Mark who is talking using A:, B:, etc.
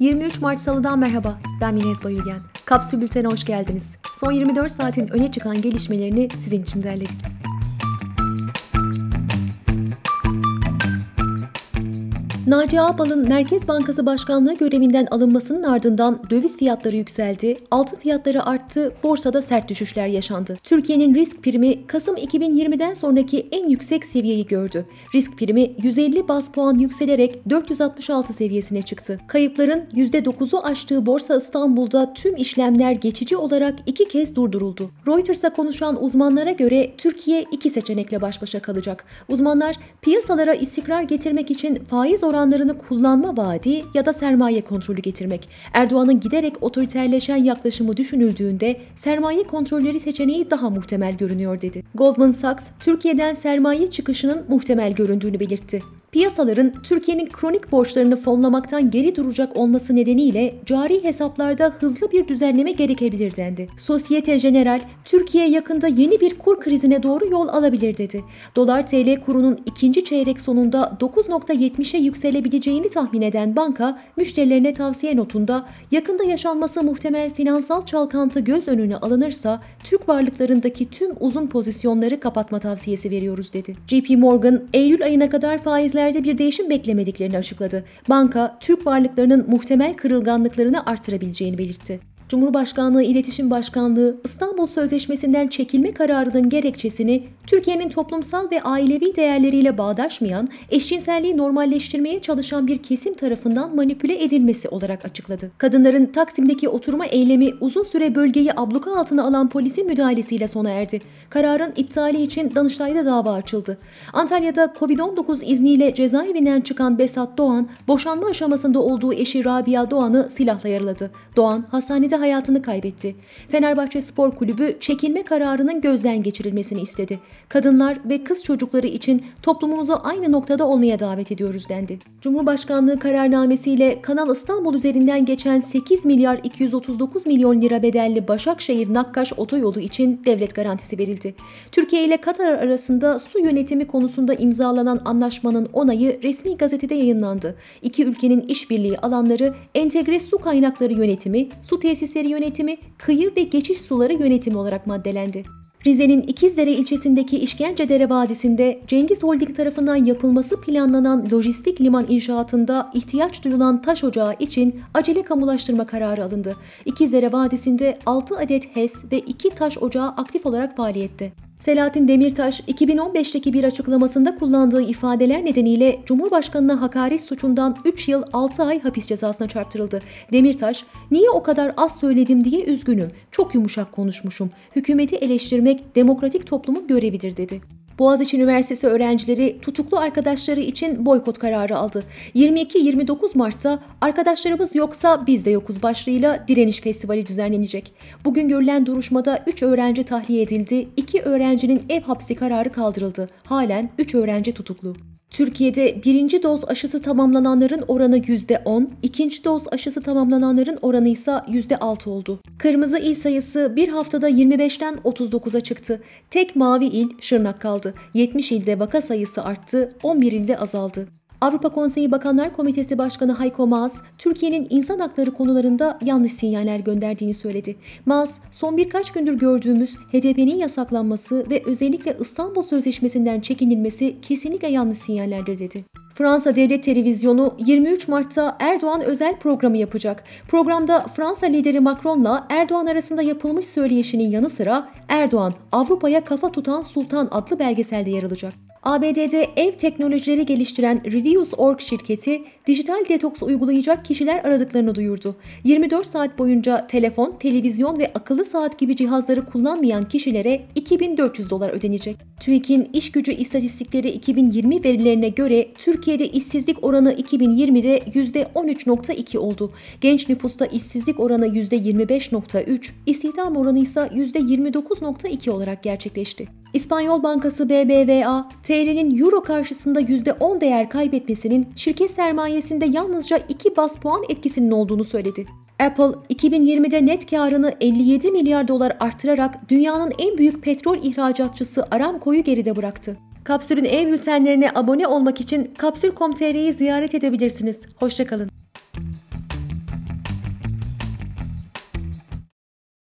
A: 23 Mart Salı'dan merhaba, ben Minez Bayülgen. Kapsül Bülten'e hoş geldiniz. Son 24 saatin öne çıkan gelişmelerini sizin için derledik. Naci Ağbal'ın Merkez Bankası Başkanlığı görevinden alınmasının ardından döviz fiyatları yükseldi, altın fiyatları arttı, borsada sert düşüşler yaşandı. Türkiye'nin risk primi Kasım 2020'den sonraki en yüksek seviyeyi gördü. Risk primi 150 baz puan yükselerek 466 seviyesine çıktı. Kayıpların %9'u aştığı Borsa İstanbul'da tüm işlemler geçici olarak 2 kez durduruldu. Reuters'a konuşan uzmanlara göre Türkiye 2 seçenekle baş başa kalacak. Uzmanlar piyasalara istikrar getirmek için faiz oranlarını kullanma vaadi ya da sermaye kontrolü getirmek. Erdoğan'ın giderek otoriterleşen yaklaşımı düşünüldüğünde sermaye kontrolleri seçeneği daha muhtemel görünüyor dedi. Goldman Sachs, Türkiye'den sermaye çıkışının muhtemel göründüğünü belirtti. Piyasaların Türkiye'nin kronik borçlarını fonlamaktan geri duracak olması nedeniyle cari hesaplarda hızlı bir düzenleme gerekebilir dendi. Societe Generale, Türkiye yakında yeni bir kur krizine doğru yol alabilir dedi. Dolar-TL kurunun ikinci çeyrek sonunda 9.70'e yükselebileceğini tahmin eden banka, müşterilerine tavsiye notunda yakında yaşanması muhtemel finansal çalkantı göz önüne alınırsa Türk varlıklarındaki tüm uzun pozisyonları kapatma tavsiyesi veriyoruz dedi. JP Morgan, Eylül ayına kadar faizlerde bir değişim beklemediklerini açıkladı. Banka, Türk varlıklarının muhtemel kırılganlıklarını artırabileceğini belirtti. Cumhurbaşkanlığı İletişim Başkanlığı, İstanbul Sözleşmesi'nden çekilme kararının gerekçesini Türkiye'nin toplumsal ve ailevi değerleriyle bağdaşmayan, eşcinselliği normalleştirmeye çalışan bir kesim tarafından manipüle edilmesi olarak açıkladı. Kadınların Taksim'deki oturma eylemi uzun süre bölgeyi abluka altına alan polisin müdahalesiyle sona erdi. Kararın iptali için Danıştay'da dava açıldı. Antalya'da Covid-19 izniyle cezaevinden çıkan Besat Doğan, boşanma aşamasında olduğu eşi Rabia Doğan'ı silahla yaraladı. Doğan, hastanede hayatını kaybetti. Fenerbahçe Spor Kulübü çekilme kararının gözden geçirilmesini istedi. Kadınlar ve kız çocukları için toplumumuzu aynı noktada olmaya davet ediyoruz dendi. Cumhurbaşkanlığı kararnamesiyle Kanal İstanbul üzerinden geçen 8 milyar 239 milyon lira bedelli Başakşehir-Nakkaş otoyolu için devlet garantisi verildi. Türkiye ile Katar arasında su yönetimi konusunda imzalanan anlaşmanın onayı resmi gazetede yayınlandı. İki ülkenin işbirliği alanları entegre su kaynakları yönetimi, su tesisleri yönetimi, kıyı ve geçiş suları yönetimi olarak maddelendi. Rize'nin İkizdere ilçesindeki İşkencedere Vadisi'nde Cengiz Holding tarafından yapılması planlanan lojistik liman inşaatında ihtiyaç duyulan taş ocağı için acele kamulaştırma kararı alındı. İkizdere Vadisi'nde 6 adet HES ve 2 taş ocağı aktif olarak faaliyette. Selahattin Demirtaş, 2015'teki bir açıklamasında kullandığı ifadeler nedeniyle Cumhurbaşkanı'na hakaret suçundan 3 yıl 6 ay hapis cezasına çarptırıldı. Demirtaş, "Niye o kadar az söyledim diye üzgünüm, çok yumuşak konuşmuşum. Hükümeti eleştirmek demokratik toplumun görevidir" dedi. Boğaziçi Üniversitesi öğrencileri tutuklu arkadaşları için boykot kararı aldı. 22-29 Mart'ta "Arkadaşlarımız yoksa biz de yokuz" başlığıyla direniş festivali düzenlenecek. Bugün görülen duruşmada 3 öğrenci tahliye edildi, 2 öğrencinin ev hapsi kararı kaldırıldı. Halen 3 öğrenci tutuklu. Türkiye'de birinci doz aşısı tamamlananların oranı %10, ikinci doz aşısı tamamlananların oranı ise %6 oldu. Kırmızı il sayısı bir haftada 25'ten 39'a çıktı. Tek mavi il Şırnak kaldı. 70 ilde vaka sayısı arttı, 11 ilde azaldı. Avrupa Konseyi Bakanlar Komitesi Başkanı Heiko Maas, Türkiye'nin insan hakları konularında yanlış sinyaller gönderdiğini söyledi. Maas, son birkaç gündür gördüğümüz HDP'nin yasaklanması ve özellikle İstanbul Sözleşmesi'nden çekinilmesi kesinlikle yanlış sinyallerdir dedi. Fransa Devlet Televizyonu 23 Mart'ta Erdoğan özel programı yapacak. Programda Fransa lideri Macron'la Erdoğan arasında yapılmış söyleyişinin yanı sıra Erdoğan, Avrupa'ya kafa tutan sultan adlı belgeselde yer alacak. ABD'de ev teknolojileri geliştiren Reviews.org şirketi dijital detoks uygulayacak kişiler aradıklarını duyurdu. 24 saat boyunca telefon, televizyon ve akıllı saat gibi cihazları kullanmayan kişilere $2.400 ödenecek. TÜİK'in iş gücü istatistikleri 2020 verilerine göre Türkiye'de işsizlik oranı 2020'de %13.2 oldu. Genç nüfusta işsizlik oranı %25.3, istihdam oranı ise %29.2 olarak gerçekleşti. İspanyol Bankası BBVA, TL'nin Euro karşısında %10 değer kaybetmesinin şirket sermayesinde yalnızca 2 baz puan etkisinin olduğunu söyledi. Apple, 2020'de net karını 57 milyar dolar artırarak dünyanın en büyük petrol ihracatçısı Aramco'yu geride bıraktı. Kapsül'ün e-bültenlerine abone olmak için kapsül.com.tr'yi ziyaret edebilirsiniz. Hoşça kalın.